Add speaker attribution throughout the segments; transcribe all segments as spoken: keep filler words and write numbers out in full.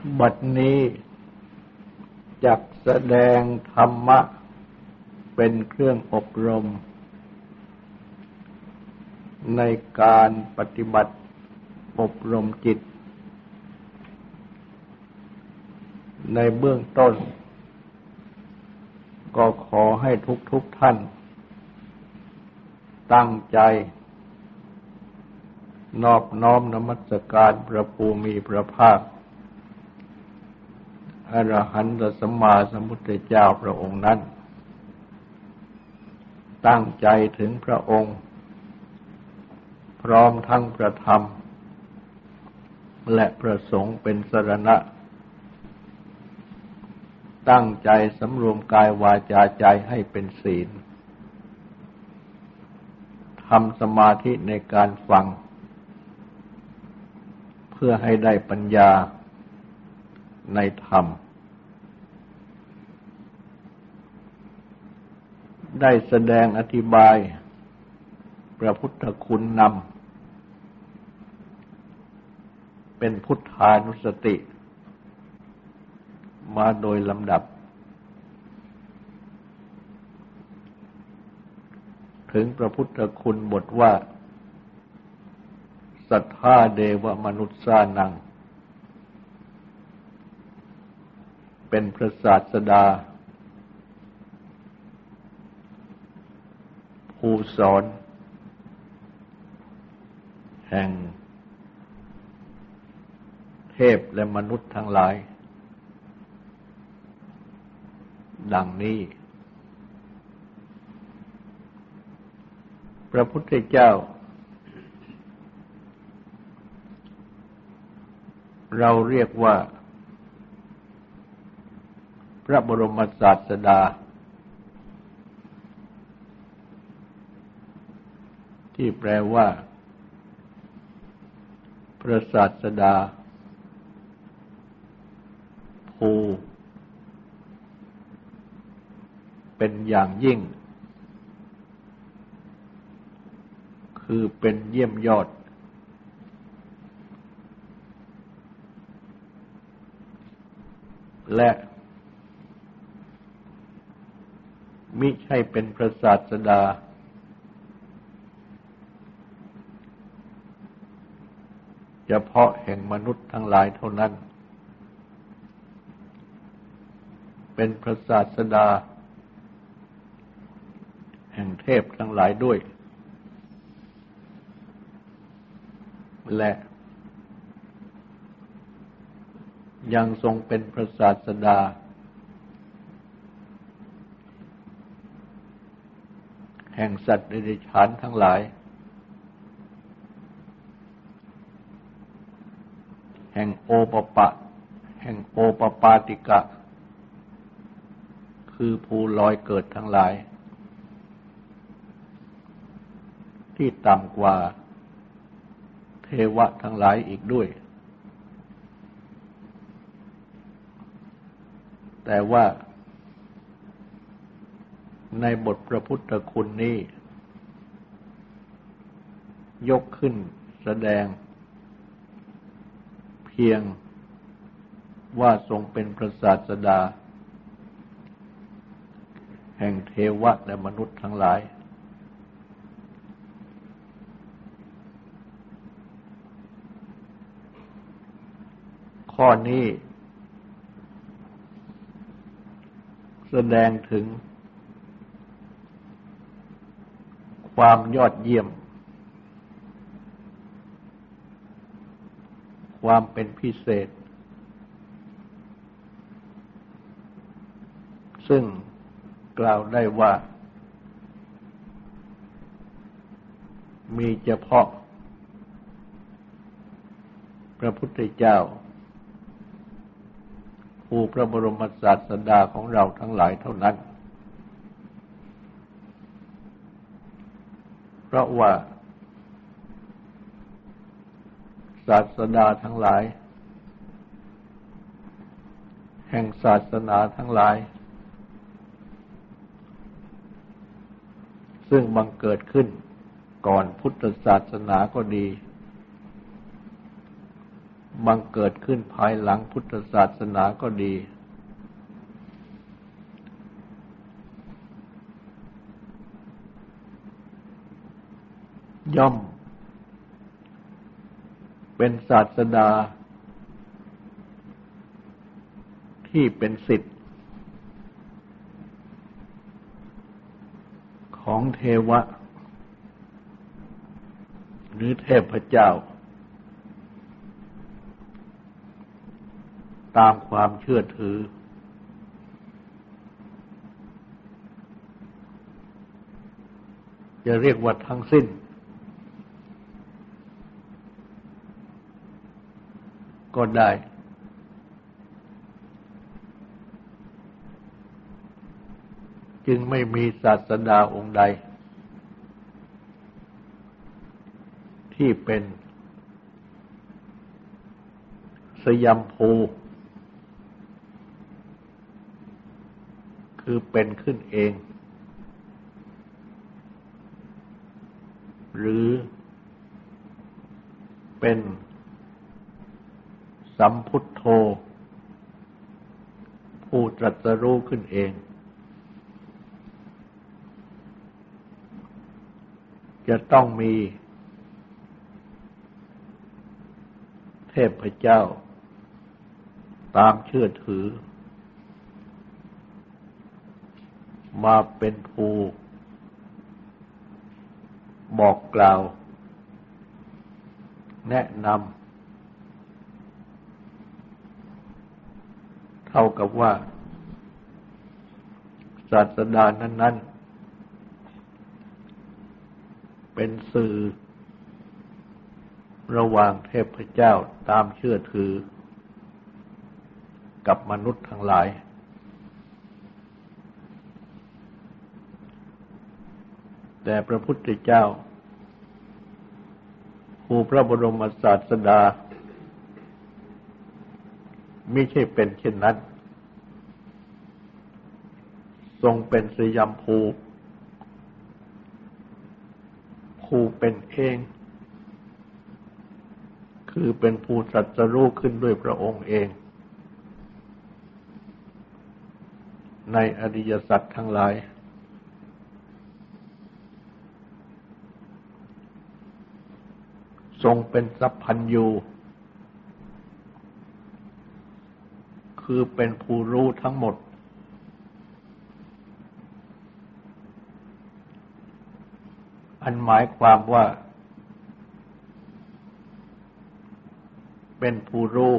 Speaker 1: บัดนี้จักแสดงธรรมะเป็นเครื่องอบรมในการปฏิบัติอบรมจิตในเบื้องต้นก็ขอให้ทุกทุกท่านตั้งใจนอบน้อมนมัสการพระภูมิพระภาคอรหันตสัมมาสัมพุทธเจ้าพระองค์นั้นตั้งใจถึงพระองค์พร้อมทั้งพระธรรมและพระสงฆ์เป็นสรณะตั้งใจสำรวมกายวาจาใจให้เป็นศีลทำสมาธิในการฟังเพื่อให้ได้ปัญญาในธรรมได้แสดงอธิบายพระพุทธคุณนำเป็นพุทธานุสติมาโดยลำดับถึงพระพุทธคุณบทว่าสัทธาเดวมนุษย์สานังเป็นพระศาสดาผู้สอนแห่งเทพและมนุษย์ทั้งหลายดังนี้พระพุทธเจ้าเราเรียกว่าพระบรมศาสดาที่แปลว่าพระศาสดาผู้เป็นอย่างยิ่งคือเป็นเยี่ยมยอดและมิใช่เป็นพระศาสดาเฉพาะแห่งมนุษย์ทั้งหลายเท่านั้นเป็นพระศาสดาแห่งเทพทั้งหลายด้วยและยังทรงเป็นพระศาสดาแห่งสัตว์เดรัจฉานทั้งหลายแห่งโอปปะแห่งโอปปาติกะคือผู้ลอยเกิดทั้งหลายที่ต่ำกว่าเทวะทั้งหลายอีกด้วยแต่ว่าในบทพระพุทธคุณนี้ยกขึ้นแสดงเพียงว่าทรงเป็นพระศาสดาแห่งเทวะและมนุษย์ทั้งหลายข้อนี้แสดงถึงความยอดเยี่ยมความเป็นพิเศษซึ่งกล่าวได้ว่ามีเฉพาะพระพุทธเจ้าผู้พระบรมศาสดาของเราทั้งหลายเท่านั้นเพราะว่าศาสดาทั้งหลายแห่งศาสนาทั้งหลายซึ่งบังเกิดขึ้นก่อนพุทธศาสนาก็ดี บบังเกิดขึ้นภายหลังพุทธศาสนาก็ดีย่อมเป็นศาสดาที่เป็นศิษย์ของเทวะหรือเทพเจ้าตามความเชื่อถือจะเรียกว่าทั้งสิ้นก็ได้จึงไม่มีศาสดาองค์ใดที่เป็นสยัมภูคือเป็นขึ้นเองหรือเป็นสัมพุทโธผู้ตรัสรู้ขึ้นเองจะต้องมีเทพเจ้าตามเชื่อถือมาเป็นผู้บอกกล่าวแนะนำเท่ากับว่าศาสดานั้นๆเป็นสื่อระหว่างเทพเจ้าตามเชื่อถือกับมนุษย์ทั้งหลายแต่พระพุทธเจ้าผู้พระบรมศาสดามิใช่เป็นเช่นนั้นทรงเป็นสยัมภูผู้เป็นเองคือเป็นผู้ตรัสรู้ขึ้นด้วยพระองค์เองในอริยสัจทั้งหลายทรงเป็นสัพพัญญูคือเป็นผู้รู้ทั้งหมดอันหมายความว่าเป็นผู้รู้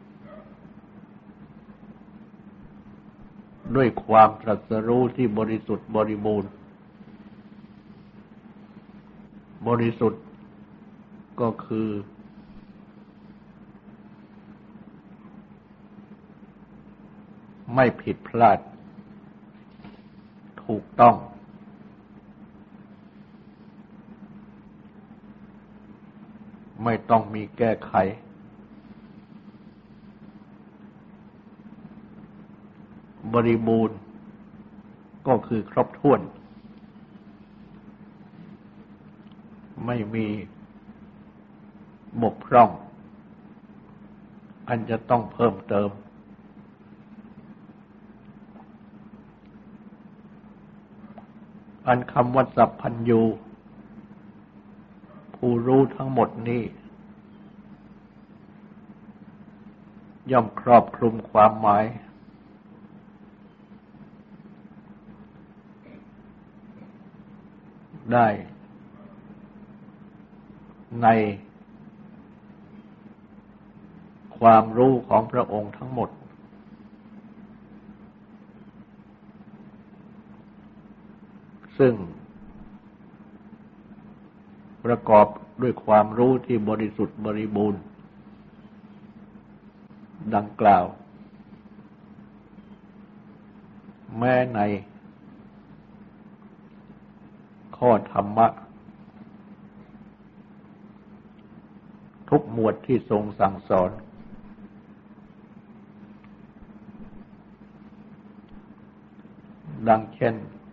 Speaker 1: ด้วยความตรัสรู้ที่บริสุทธิ์บริบูรณ์บริสุทธิ์ก็คือไม่ผิดพลาดถูกต้องไม่ต้องมีแก้ไขบริบูรณ์ก็คือครบถ้วนไม่มีบกพร่องอันจะต้องเพิ่มเติมอันคำว่าสัพพัญญูผู้รู้ทั้งหมดนี้ย่อมครอบคลุมความหมายได้ในความรู้ของพระองค์ทั้งหมดซึ่งประกอบด้วยความรู้ที่บริสุทธิ์บริบูรณ์ดังกล่าวแม้ในข้อธรรมะทุกหมวดที่ทรงสั่งสอนดังเช่น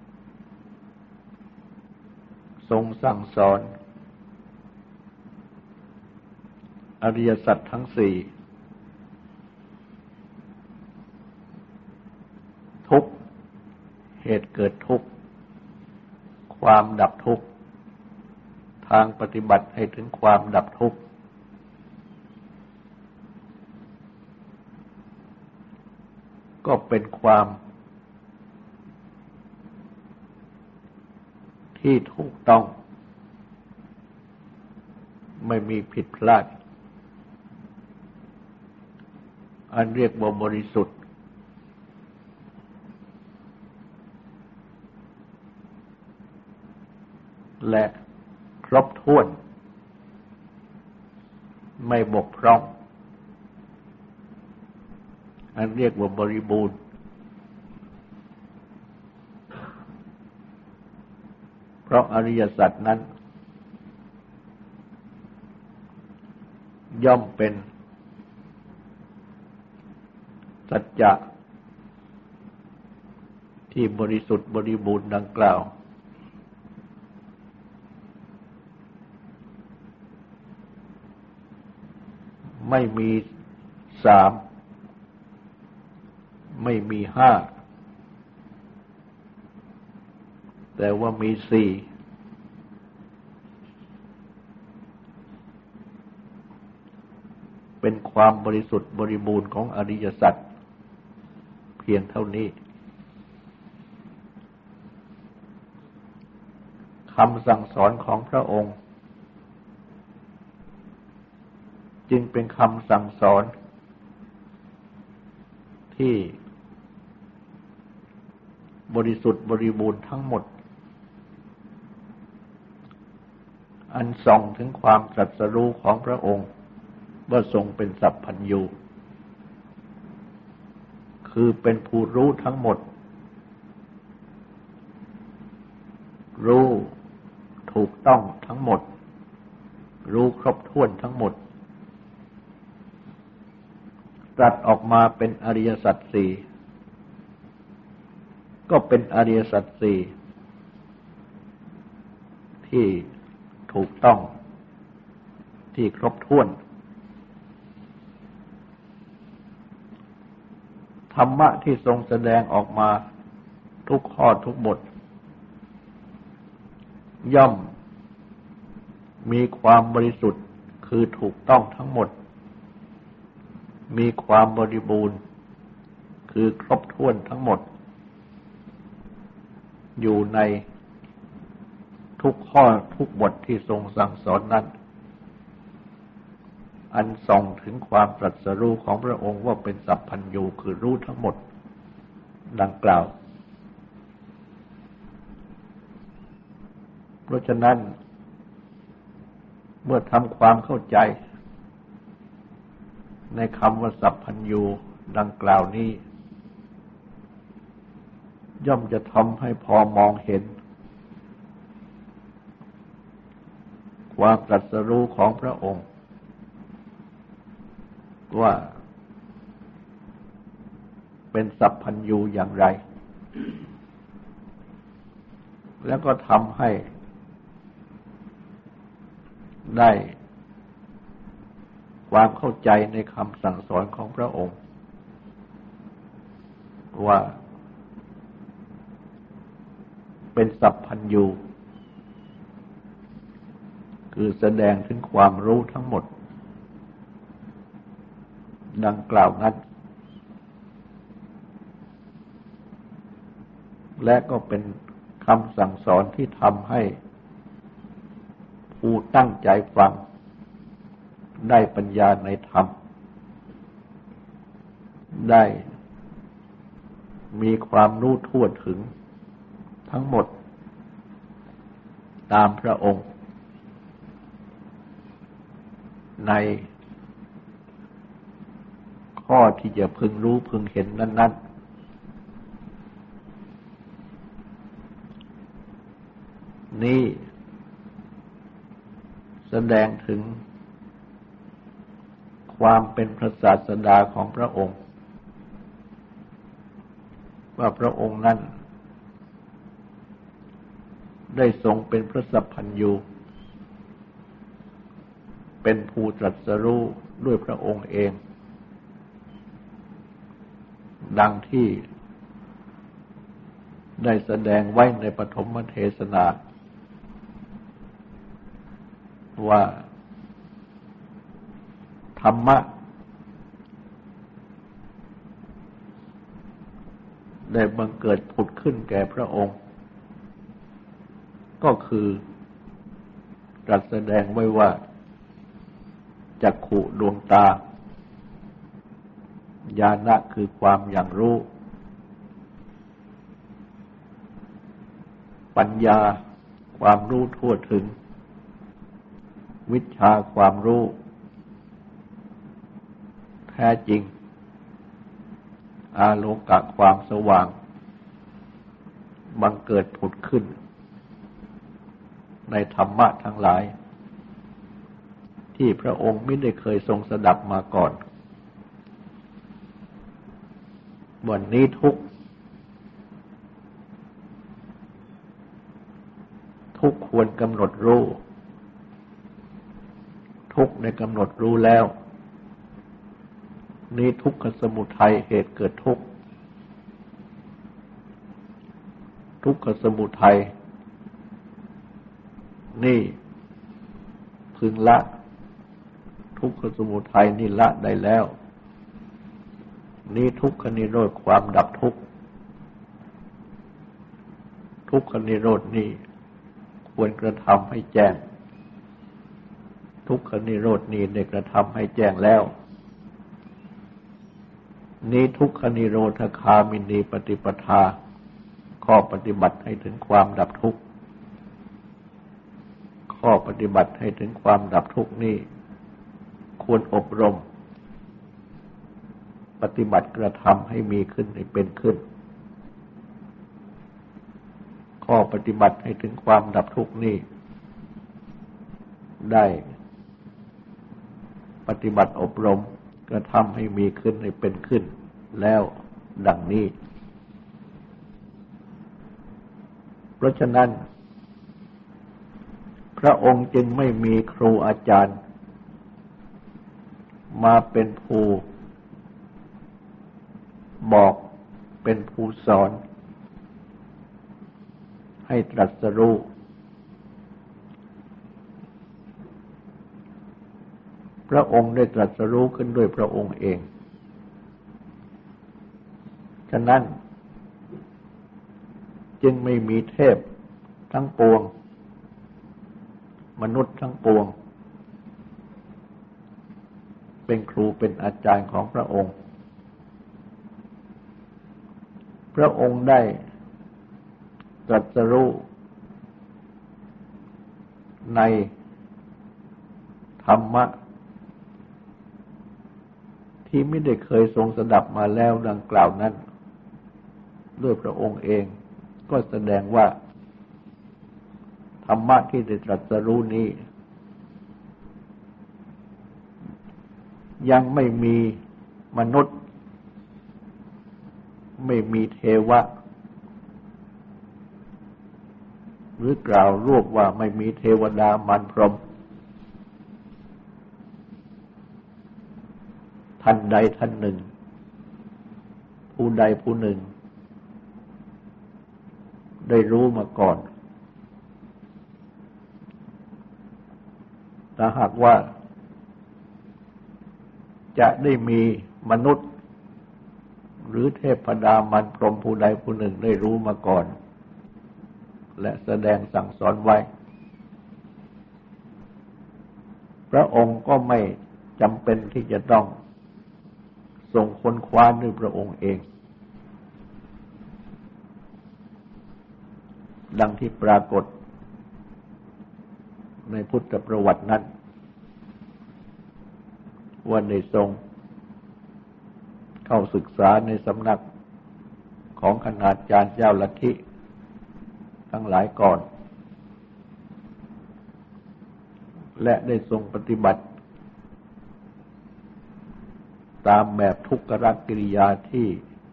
Speaker 1: ทรงสั่งสอนอริยสัจทั้งสี่เหตุเกิดทุกข์ความดับทุกข์ทางปฏิบัติให้ถึงความดับทุกข์ก็เป็นความที่ถูกต้องไม่มีผิดพลาดอันเรียกว่าบริสุทธิ์และครบถ้วนไม่บกพร่องอันเรียกว่าบริบูรณ์เพราะอริยสัจนั้นย่อมเป็นสัจจะที่บริสุทธิ์บริบูรณ์ดังกล่าวไม่มีสามไม่มีห้าแต่ว่ามีสี่เป็นความบริสุทธิ์บริบูรณ์ของอริยสัจเพียงเท่านี้คำสั่งสอนของพระองค์จึงเป็นคำสั่งสอนที่บริสุทธิ์บริบูรณ์ทั้งหมดอันส่องถึงความตรัสรู้ของพระองค์ว่าทรงเป็นสัพพัญญูคือเป็นผู้รู้ทั้งหมดรู้ถูกต้องทั้งหมดรู้ครบถ้วนทั้งหมดตรัสออกมาเป็นอริยสัจสี่ก็เป็นอริยสัจสี่ที่ถูกต้องที่ครบถ้วนธรรมะที่ทรงแสดงออกมาทุกข้อทุกบทย่อมมีความบริสุทธิ์คือถูกต้องทั้งหมดมีความบริบูรณ์คือครบถ้วนทั้งหมดอยู่ในทุกข้อทุกบทที่ทรงสั่งสอนนั้นอันส่องถึงความตรัสรู้ของพระองค์ว่าเป็นสัพพัญญูคือรู้ทั้งหมดดังกล่าวเพราะฉะนั้นเมื่อทำความเข้าใจในคำว่าสัพพัญญูดังกล่าวนี้ย่อมจะทำให้พอมองเห็นความตรัสรู้ของพระองค์ว่าเป็นสัพพัญญูอย่างไรแล้วก็ทำให้ได้ความเข้าใจในคำสั่งสอนของพระองค์ว่าเป็นสัพพัญญูคือแสดงถึงความรู้ทั้งหมดดังกล่าวนั้นและก็เป็นคำสั่งสอนที่ทำให้ผู้ตั้งใจฟังได้ปัญญาในธรรมได้มีความรู้ทั่วถึงทั้งหมดตามพระองค์ในข้อที่จะพึงรู้พึงเห็นนั้นๆนี่แสดงถึงความเป็นพระศาสดาของพระองค์ว่าพระองค์นั้นได้ทรงเป็นพระสัพพัญญูเป็นผู้ตรัสรู้ด้วยพระองค์เองดังที่ได้แสดงไว้ในปฐมเทศนาว่าธรรมะได้บังเกิดผุดขึ้นแก่พระองค์ก็คือตรัสแสดงไว้ว่าจักขุดวงตาญาณะคือความอย่างรู้ปัญญาความรู้ทั่วถึงวิชชาความรู้แท้จริงอาโลกะความสว่างบังเกิดผุดขึ้นในธรรมะทั้งหลายที่พระองค์ไม่ได้เคยทรงสดับมาก่อนวันนี้ทุกทุกควรกำหนดรู้ทุกในกำหนดรู้แล้วนี้ทุกขสมุทัยเหตุเกิดทุกข์ทุกขสมุทัยนี่พึงละทุกขสมุทัยนี่ละได้แล้วนี้ทุกขนิโรธความดับทุกข์ทุกขนิโรธนี่ควรกระทำให้แจ้งทุกขนิโรธนี้ได้กระทำให้แจ้งแล้วนี้ทุกขนิโรธคามินีปฏิปทาข้อปฏิบัติให้ถึงความดับทุกข์ข้อปฏิบัติให้ถึงความดับทุกข์นี้ควรอบรมปฏิบัติกระทำให้มีขึ้นให้เป็นขึ้นข้อปฏิบัติให้ถึงความดับทุกข์นี้ได้ปฏิบัติอบรมกระทำให้มีขึ้นให้เป็นขึ้นแล้วดังนี้เพราะฉะนั้นพระองค์จึงไม่มีครูอาจารย์มาเป็นผู้บอกเป็นผู้สอนให้ตรัสรู้พระองค์ได้ตรัสรู้ขึ้นด้วยพระองค์เองฉะนั้นจึงไม่มีเทพทั้งปวงมนุษย์ทั้งปวงเป็นครูเป็นอาจารย์ของพระองค์พระองค์ได้ตรัสรู้ในธรรมะที่ไม่ได้เคยทรงสดับมาแล้วดังกล่าวนั้นด้วยพระองค์เองก็แสดงว่าธรรมะที่ได้ตรัสรู้นี้ยังไม่มีมนุษย์ไม่มีเทวะหรือกล่าวรวบว่าไม่มีเทวดามารพรหมท่านใดท่านหนึ่งผู้ใดผู้หนึ่งได้รู้มาก่อนถ้าหากว่าจะได้มีมนุษย์หรือเทพดามารพรหมผู้ใดผู้หนึ่งได้รู้มาก่อนและแสดงสั่งสอนไว้พระองค์ก็ไม่จำเป็นที่จะต้องทรงค้นคว้าด้วยพระองค์เองดังที่ปรากฏในพุทธประวัตินั้นว่าได้ทรงเข้าศึกษาในสำนักของคณาจารย์เจ้าลัทธิทั้งหลายก่อนและได้ทรงปฏิบัติตามแบบทุกขกิริยาที่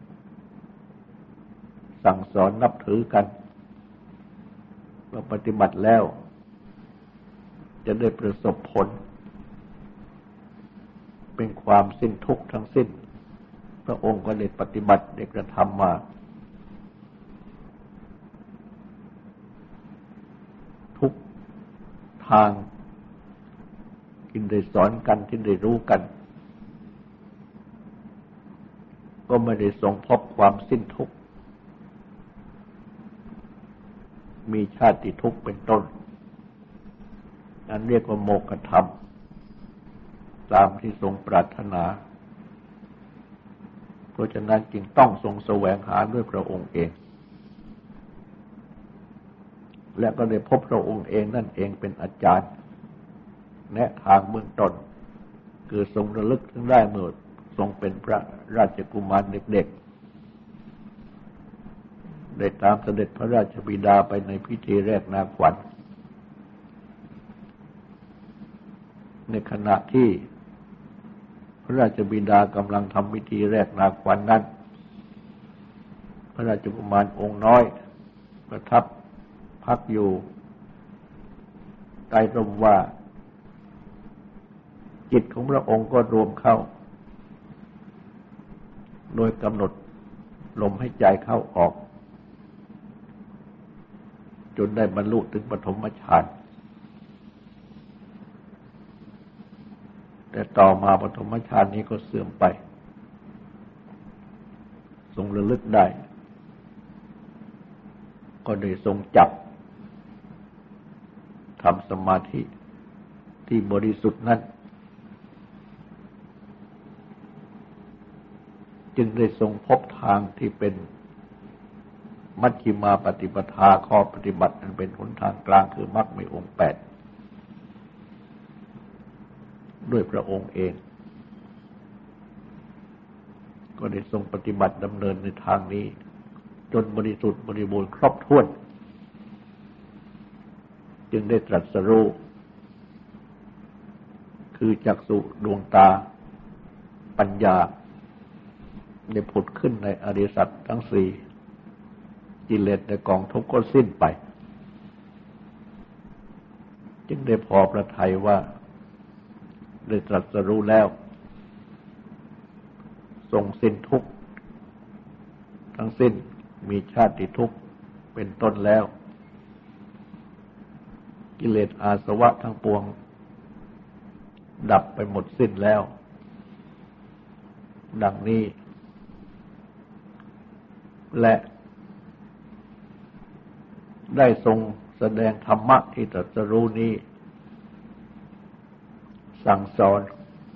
Speaker 1: สั่งสอนนับถือกันเมื่อปฏิบัติแล้วจะได้ประสบผลเป็นความสิ้นทุกข์ทั้งสิ้นพระองค์ก็ได้ปฏิบัติได้กระทำมาทางที่ได้สอนกันที่ได้รู้กันก็ไม่ได้ทรงพบความสิ้นทุกข์มีชาติทุกข์เป็นต้นนั่นเรียกว่าโมกขธรรมตามที่ทรงปรารถนาเพราะฉะนั้นจึงต้องทรงแสวงหาด้วยพระองค์เองและก็ได้พบพระองค์เองนั่นเองเป็นอาจารย์แนะทางเบื้องต้นคือทรงระลึกถึงได้เมื่อทรงเป็นพระราชกุมารเด็กๆได้ตามเสด็จพระราชบิดาไปในพิธีแรกนาขวัญในขณะที่พระราชบิดากำลังทำพิธีแรกนาขวัญ น, นั้นพระราชกุมารองค์น้อยประทับพักอยู่ใต้ร่มว่าจิตของพระองค์ก็รวมเข้าโดยกำหนดลมให้ใจเข้าออกจนได้บรรลุถึงปฐมฌานแต่ต่อมาปฐมฌานนี้ก็เสื่อมไปทรงระลึกได้ก็ได้ทรงจับทำสมาธิที่บริสุทธิ์นั้นจึงได้ทรงพบทางที่เป็นมัชฌิมาปฏิปทาข้อปฏิบัติอันเป็นหนทางกลางคือมรรคมีองค์แปดด้วยพระองค์เองก็ได้ทรงปฏิบัติดำเนินในทางนี้จนบริสุทธิ์บริบูรณ์ครบถ้วนจึงได้ตรัสรู้คือจักษุดวงตาปัญญาได้ผุดขึ้นในอริยสัจทั้งสี่กิเลสในกองทุกข์ก็สิ้นไปจึงได้พอพระทัยว่าได้ตรัสรู้แล้วทรงสิ้นทุกข์ทั้งสิ้นมีชาติทุกข์เป็นต้นแล้วกิเลสอาสวะทั้งปวงดับไปหมดสิ้นแล้วดังนี้และได้ทรงแสดงธรรมะที่ตรัสรู้นี้สั่งสอน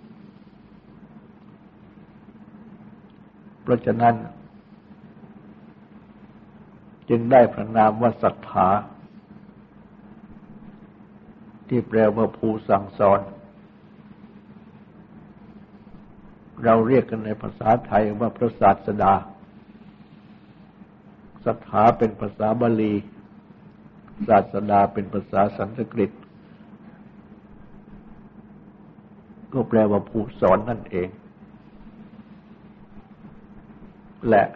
Speaker 1: เพราะฉะนั้นจึงได้พระนามว่าสัทธาที่แปลว่าผู้สั่งสอนเราเรียกกันในภาษาไทยว่าพระศาสดาสัทธาเป็นภาษาบาลีศาสดาเป็นภาษาสันสกฤตก็แปลว่าผู้สอนนั่นเองและ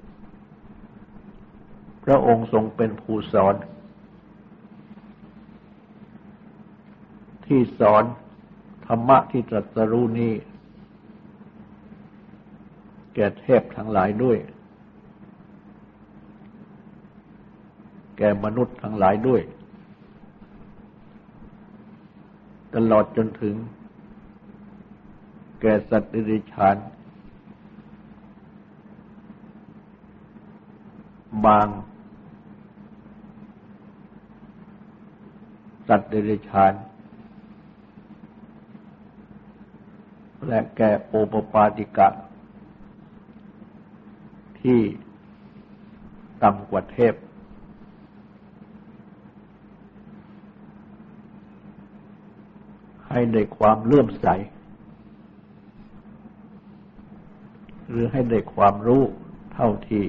Speaker 1: พระองค์ทรงเป็นผู้สอนที่สอนธรรมะที่ตรัสรู้นี้แก่เทพทั้งหลายด้วยแก่มนุษย์ทั้งหลายด้วยตลอดจนถึงแก่สัตว์เดรัจฉานบางสัตว์เดรัจฉานและแก่โอปปาติกะที่ต่ำกว่าเทพให้ได้ความเลื่อมใสหรือให้ได้ความรู้เท่าที่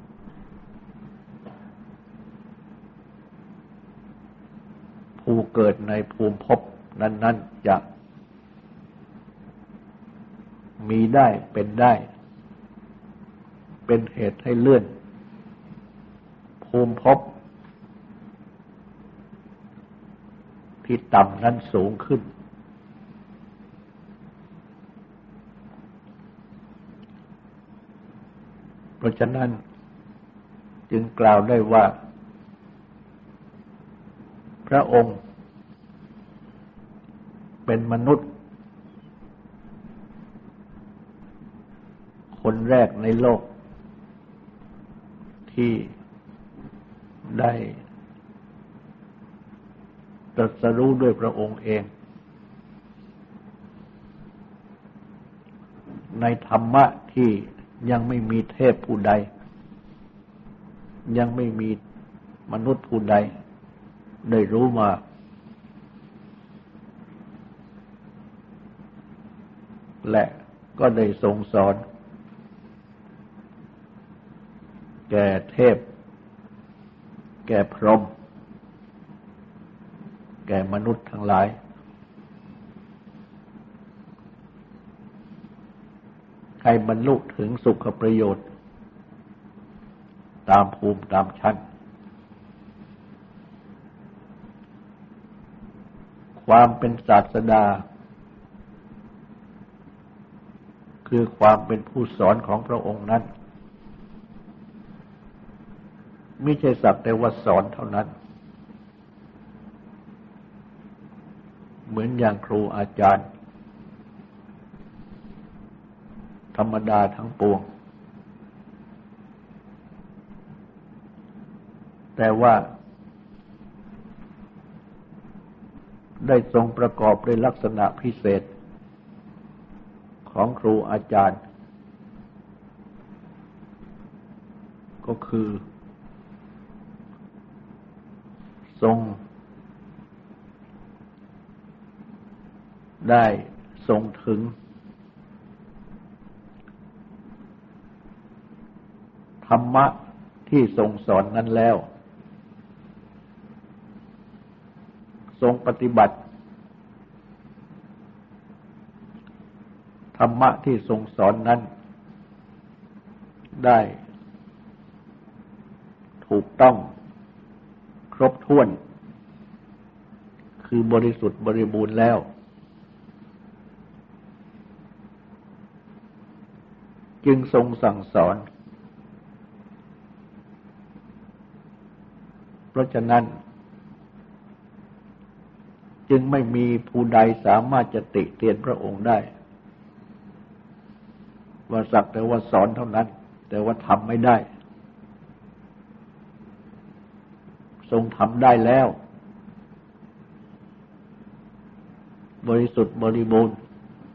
Speaker 1: ผู้เกิดในภูมิภพนั้นๆจะมีได้เป็นได้เป็นเหตุให้เลื่อนภูมิภพที่ต่ำนั้นสูงขึ้นเพราะฉะนั้นจึงกล่าวได้ว่าพระองค์เป็นมนุษย์คนแรกในโลกที่ได้ตรัสรู้ด้วยพระองค์เองในธรรมะที่ยังไม่มีเทพผู้ใดยังไม่มีมนุษย์ผู้ใดได้รู้มาและก็ได้ทรงสอนแก่เทพแก่พรหมแก่มนุษย์ทั้งหลายให้บรรลุถึงสุขประโยชน์ตามภูมิตามชั้นความเป็นศาสดาคือความเป็นผู้สอนของพระองค์นั้นไม่ใช่สักแต่ว่าสอนเท่านั้นเหมือนอย่างครูอาจารย์ธรรมดาทั้งปวงแต่ว่าได้ทรงประกอบด้วยลักษณะพิเศษของครูอาจารย์ก็คือทรงได้ทรงถึงธรรมะที่ทรงสอนนั้นแล้วทรงปฏิบัติธรรมะที่ทรงสอนนั้นได้ถูกต้องครบถ้วนคือบริสุทธิ์บริบูรณ์แล้วจึงทรงสั่งสอนเพราะฉะนั้นจึงไม่มีผู้ใดสามารถจะติเตียนพระองค์ได้ว่าสักแต่ว่าสอนเท่านั้นแต่ว่าทำไม่ได้ทรงทำได้แล้วบริสุทธิ์บริบูรณ์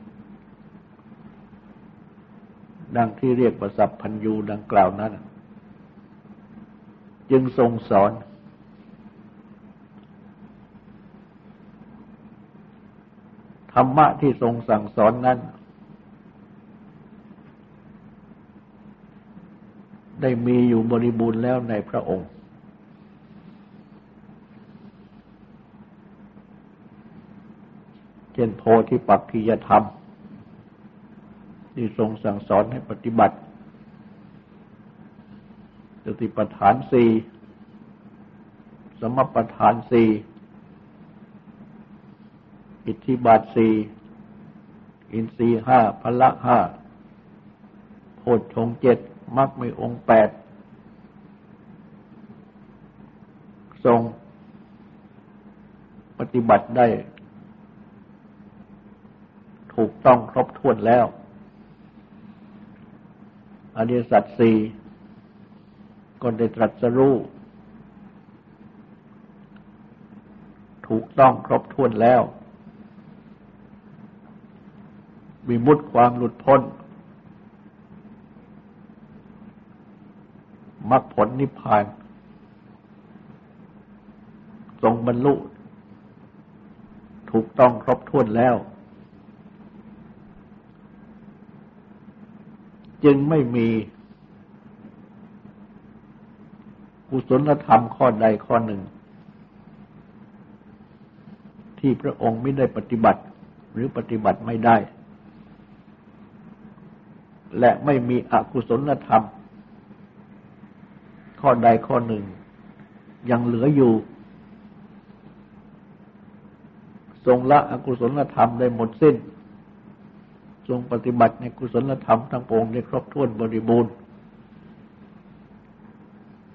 Speaker 1: ดังที่เรียกว่าสัพพัญญูดังกล่าวนั้นจึงทรงสอนธรรมะที่ทรงสั่งสอนนั้นได้มีอยู่บริบูรณ์แล้วในพระองค์เช่นโพธิปักขิยธรรมที่ทรงสั่งสอนให้ปฏิบัติสติปัฏฐานสี่สมปัฏฐานสี่อิทธิบาทสี่อินทรีย์ห้าพละห้าโพชฌงค์เจ็ดมรรคมีองค์แปดทรงปฏิบัติได้ถูกต้องครบถ้วนแล้วอริยสัจสี่ก็ได้ตรัสรู้ถูกต้องครบถ้วนแล้ววิมุตติความหลุดพ้นมรรคผลนิพพานทรงบรรลุถูกต้องครบถ้วนแล้วจึงไม่มีกุศลธรรมข้อใดข้อหนึ่งที่พระองค์ไม่ได้ปฏิบัติหรือปฏิบัติไม่ได้และไม่มีอกุศลธรรมข้อใดข้อหนึ่งยังเหลืออยู่ทรงละอกุศลธรรมได้หมดสิ้นทรงปฏิบัติในกุศลธรรมทั้งปวงได้ครบถ้วนบริบูรณ์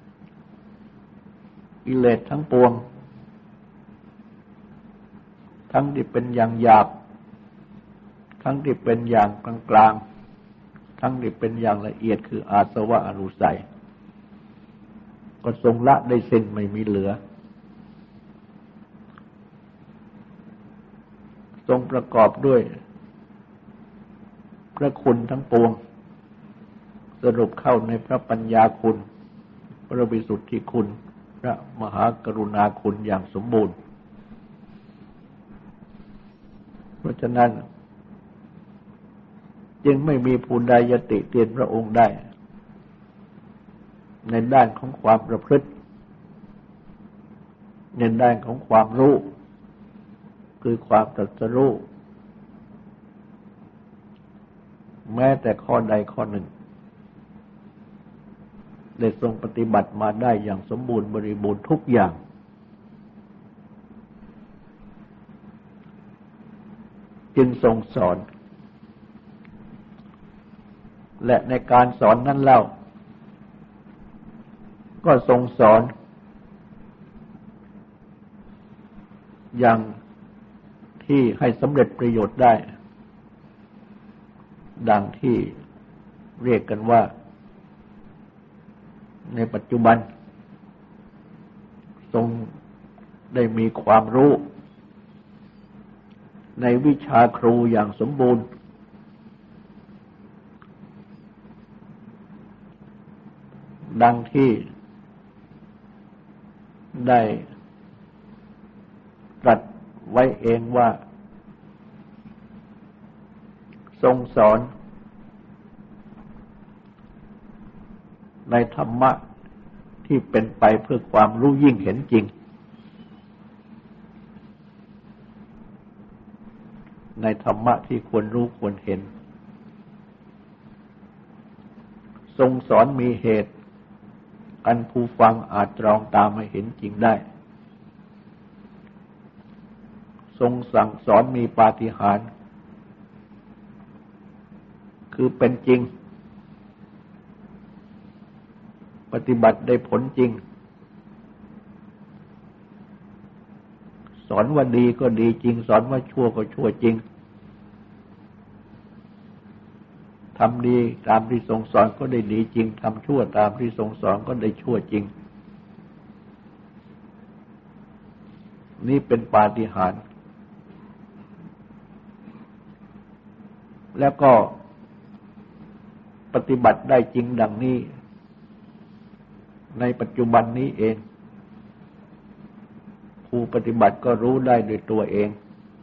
Speaker 1: กิเลสทั้งปวงทั้งที่เป็นอย่างหยาบทั้งที่เป็นอย่างกลางๆทั้งที่เป็นอย่างละเอียดคืออาสวะอนุสัยก็ทรงละได้สิ้นไม่มีเหลือทรงประกอบด้วยพระคุณทั้งปวงสรุปเข้าในพระปัญญาคุณพระวิสุทธิคุณพระมหากรุณาคุณอย่างสมบูรณ์เพราะฉะนั้นจึงไม่มีผู้ใดยติเตียนพระองค์ได้ในด้านของความประพฤติในด้านของความรู้คือความตรัสรู้แม้แต่ข้อใดข้อหนึ่งได้ทรงปฏิบัติมาได้อย่างสมบูรณ์บริบูรณ์ทุกอย่างจึงทรงสอนและในการสอนนั้นเล่าก็ทรงสอนอย่างที่ให้สำเร็จประโยชน์ได้ดังที่เรียกกันว่าในปัจจุบันทรงได้มีความรู้ในวิชาครูอย่างสมบูรณ์ดังที่ได้ตรัสไว้เองว่าทรงสอนในธรรมะที่เป็นไปเพื่อความรู้ยิ่งเห็นจริงในธรรมะที่ควรรู้ควรเห็นทรงสอนมีเหตุอันผู้ฟังอาจตรองตามให้เห็นจริงได้ทรงสั่งสอนมีปาฏิหาริย์คือเป็นจริงปฏิบัติได้ผลจริงสอนว่าดีก็ดีจริงสอนว่าชั่วก็ชั่วจริงทำดีตามที่ทรงสอนก็ได้ดีจริงทำชั่วตามที่ทรงสอนก็ได้ชั่วจริงนี่เป็นปาฏิหาริย์แล้วก็ปฏิบัติได้จริงดังนี้ในปัจจุบันนี้เองผู้ปฏิบัติก็รู้ได้ด้วยตัวเอง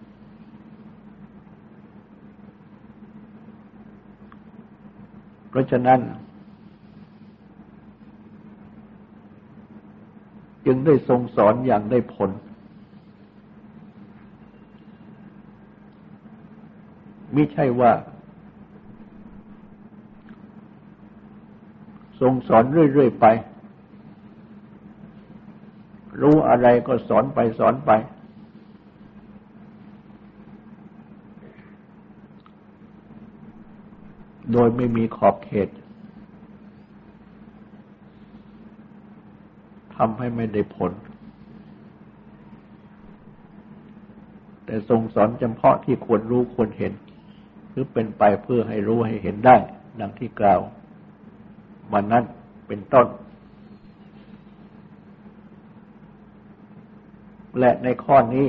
Speaker 1: เพราะฉะนั้นจึงได้ทรงสอนอย่างได้ผลมิใช่ว่าทรงสอนเรื่อยๆไปรู้อะไรก็สอนไปสอนไปโดยไม่มีขอบเขตทำให้ไม่ได้ผลแต่ทรงสอนเฉพาะที่ควรรู้ควรเห็นหรือเป็นไปเพื่อให้รู้ให้เห็นได้ดังที่กล่าวมานั้นเป็นต้นและในข้อนี้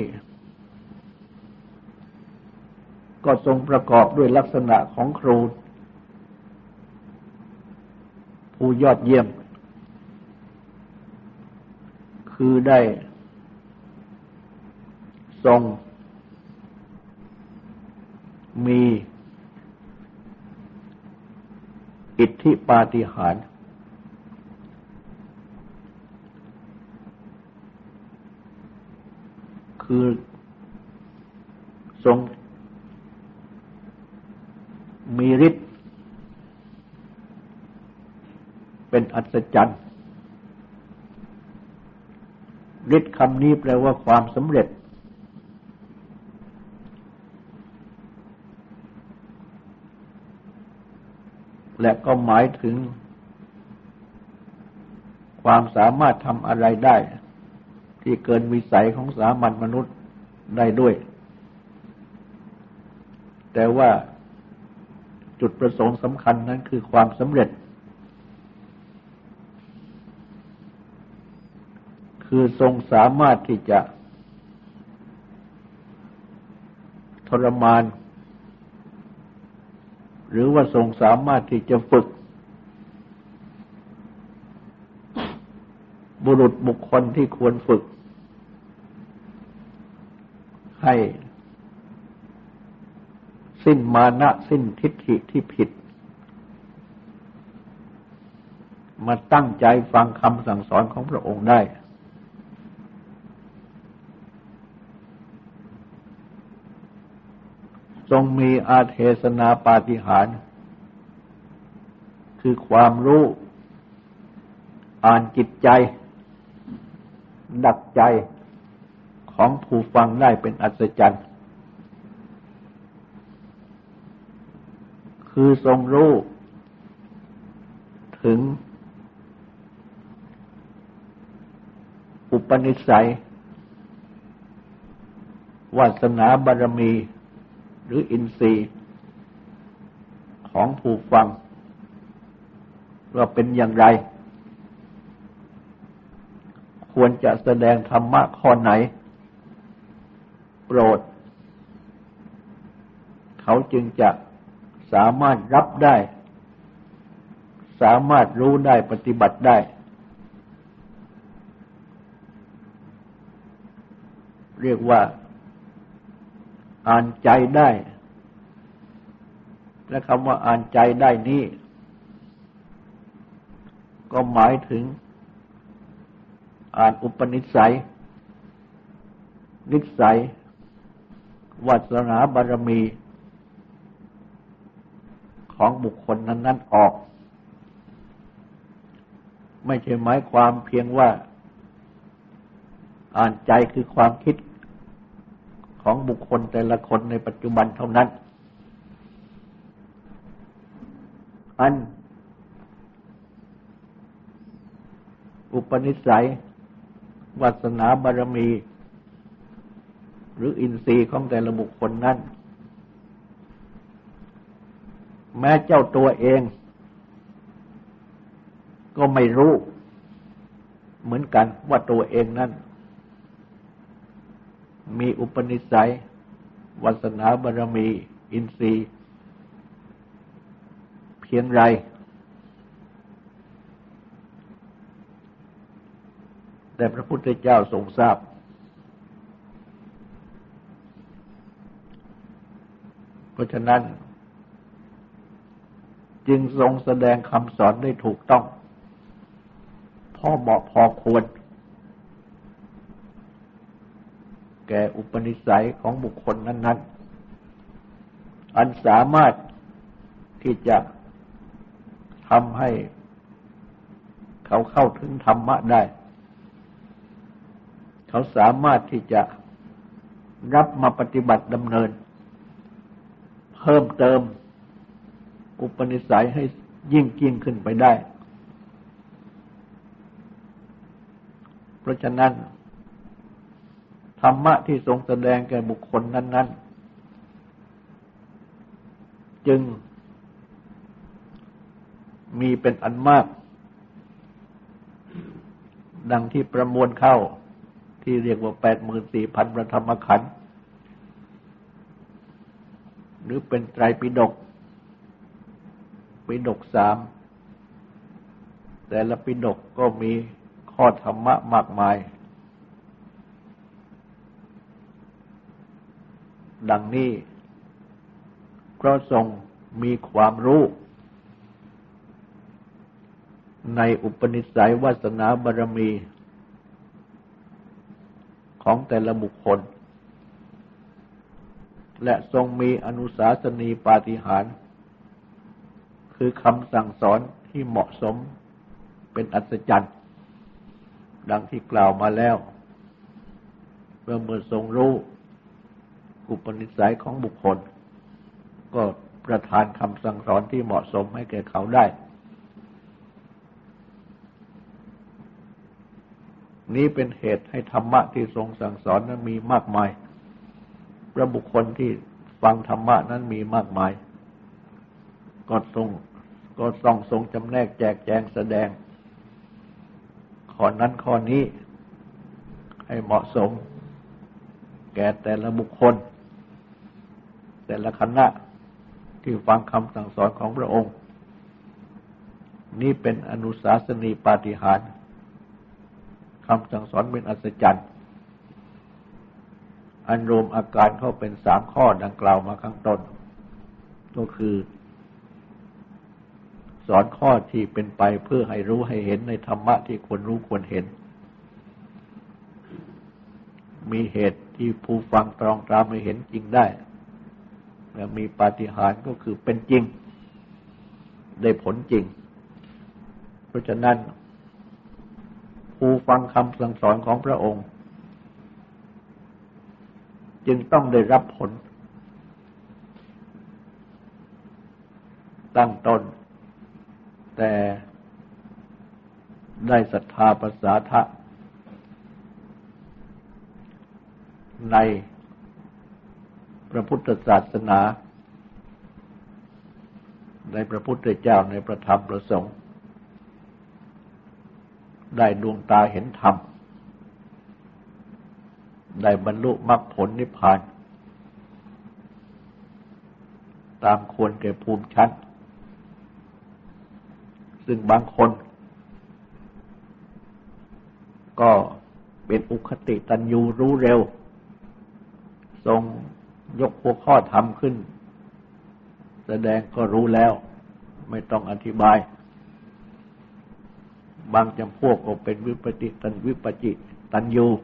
Speaker 1: ก็ทรงประกอบด้วยลักษณะของครูผู้ยอดเยี่ยมคือได้ทรงมีอิทธิปาฏิหาริย์คือทรงมีฤทธิ์เป็นอัศจรรย์ฤทธิ์คำนี้แปลว่าความสำเร็จและก็หมายถึงความสามารถทำอะไรได้ที่เกินวิสัยของสามัญมนุษย์ได้ด้วยแต่ว่าจุดประสงค์สำคัญนั้นคือความสำเร็จคือทรงสามารถที่จะทรมานหรือว่าทรงสามารถที่จะฝึกบุรุษบุคคลที่ควรฝึกให้สิ้นมานะสิ้นทิฏฐิที่ผิดมาตั้งใจฟังคำสั่งสอนของพระองค์ได้ทรงมีอาเทศนาปาฏิหาริย์คือความรู้อ่านจิตใจดักใจของผู้ฟังได้เป็นอัศจรรย์คือทรงรู้ถึงอุปนิสัยวาสนาบารมีหรืออินทรีย์ของผู้ฟังว่าเป็นอย่างไรควรจะแสดงธรรมะข้อไหนโปรดเขาจึงจะสามารถรับได้สามารถรู้ได้ปฏิบัติได้เรียกว่าอ่านใจได้และคำว่าอ่านใจได้นี้ก็หมายถึงอ่านอุปนิสัยนิสัยวาสนาบารมีของบุคคลนั้นๆออกไม่ใช่หมายความเพียงว่าอ่านใจคือความคิดของบุคคลแต่ละคนในปัจจุบันเท่านั้นอันอุปนิสัยวาสนาบารมีหรืออินทรีย์ของแต่ละบุคคลนั้นแม้เจ้าตัวเองก็ไม่รู้เหมือนกันว่าตัวเองนั้นมีอุปนิสัยวาสนาบารมีอินทรีย์เพียงไรแต่พระพุทธเจ้าทรงทราบเพราะฉะนั้นจึงทรงแสดงคำสอนได้ถูกต้องพอเหมาะพอควรแก่อุปนิสัยของบุคคลนั้นๆอันสามารถที่จะทำให้เขาเข้าถึงธรรมะได้เขาสามารถที่จะรับมาปฏิบัติดำเนินเพิ่มเติมอุปนิสัยให้ยิ่งยิ่งขึ้นไปได้เพราะฉะนั้นธรรมะที่ทรงแสดงแก่บุคคลนั้นๆจึงมีเป็นอันมากดังที่ประมวลเข้าที่เรียกว่า แปดหมื่นสี่พัน พระธรรมขันธ์หรือเป็นไตรปิฎกปิฎกสามแต่ละปิฎกก็มีข้อธรรมะมากมายดังนี้เพราะทรงมีความรู้ในอุปนิสัยวาสนาบารมีของแต่ละบุคคลและทรงมีอนุสาสนีปาฏิหาริย์คือคำสั่งสอนที่เหมาะสมเป็นอัศจรรย์ดังที่กล่าวมาแล้วเมื่อเมื่อทรงรู้อุปนิสัยของบุคคลก็ประทานคำสั่งสอนที่เหมาะสมให้แก่เขาได้นี้เป็นเหตุให้ธรรมะที่ทรงสั่งสอนนั้นมีมากมายพระบุคคลที่ฝฟังธรรมะนั้นมีมากมายก็ทรงก็ต้องทรงจำแนกแจกแจงแสดงข้อนั้นข้อนี้ให้เหมาะสมแก่แต่ละบุคคลแต่ละคณะที่ฟังคำสั่งสอนของพระองค์นี่เป็นอนุสาสนีปาฏิหาริย์คำสั่งสอนเป็นอัศจรรย์อันรวมอาการเข้าเป็นสามข้อดังกล่าวมาข้างต้นก็คือสอนข้อที่เป็นไปเพื่อให้รู้ให้เห็นในธรรมะที่ควรรู้ควรเห็นมีเหตุที่ผู้ฟังตรองตามให้เห็นจริงได้และมีปาฏิหาริย์ก็คือเป็นจริงได้ผลจริงเพราะฉะนั้นผู้ฟังคำสั่งสอนของพระองค์จึงต้องได้รับผลตั้งต้นแต่ได้ศรัทธาประสาทะในพระพุทธศาสนาในพระพุทธเจ้าในพระธรรมพระสงฆ์ได้ดวงตาเห็นธรรมได้บรรลุมรรคผลนิพพานตามควรแก่ภูมิชั้นซึ่งบางคนก็เป็นอุคติตัญญูรู้เร็วทรงยกหัวข้อธรรมขึ้นแสดงก็รู้แล้วไม่ต้องอธิบายบางจำพวกก็เป็นวิปจิตันวิปจิตัญญู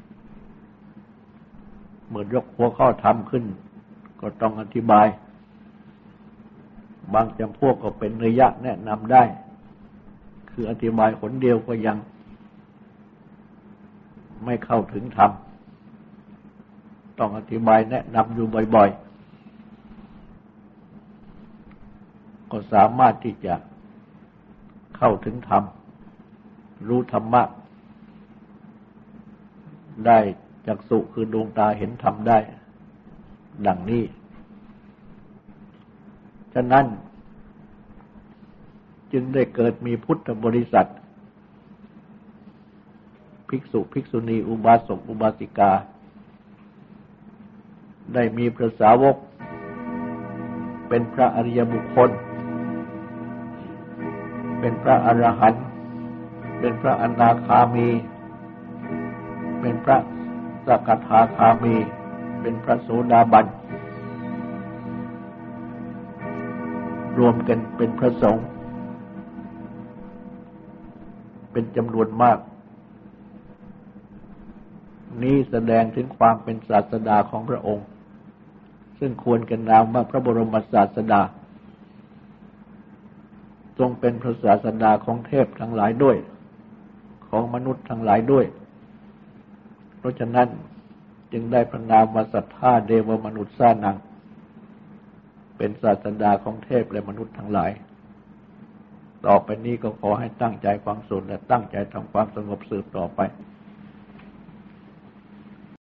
Speaker 1: เมื่อยกหัวข้อธรรมขึ้นก็ต้องอธิบายบางจำพวกก็เป็นนัยยะแนะนำได้คืออธิบายคนเดียวก็ยังไม่เข้าถึงธรรมต้องอธิบายแนะนำอยู่บ่อยๆก็สามารถที่จะเข้าถึงธรรมรู้ธรรมะได้จักษุคือดวงตาเห็นธรรมได้ดังนี้ฉะนั้นจึงได้เกิดมีพุทธบริษัทภิกษุภิกษุณีอุบาสกอุบาสิกาได้มีพระสาวกเป็นพระอริยบุคคลเป็นพระอรหันต์เป็นพระอนาคามีเป็นพระสกทาคามีเป็นพระโสดาบันรวมกันเป็นพระสงฆ์เป็นจำนวนมากนี้แสดงถึงความเป็นศาสดาของพระองค์ซึ่งควรกันนามว่าพระบรมศาสดาทรงเป็นพระศาสดาของเทพทั้งหลายด้วยของมนุษย์ทั้งหลายด้วยเพราะฉะนั้นจึงได้พระนามว่าสัทธาเดวมนุษย์สานังเป็นศาสดาของเทพและมนุษย์ทั้งหลายต่อไปนี้ก็ขอให้ตั้งใจฟังสวดและตั้งใจทำความสงบสืบต่อไป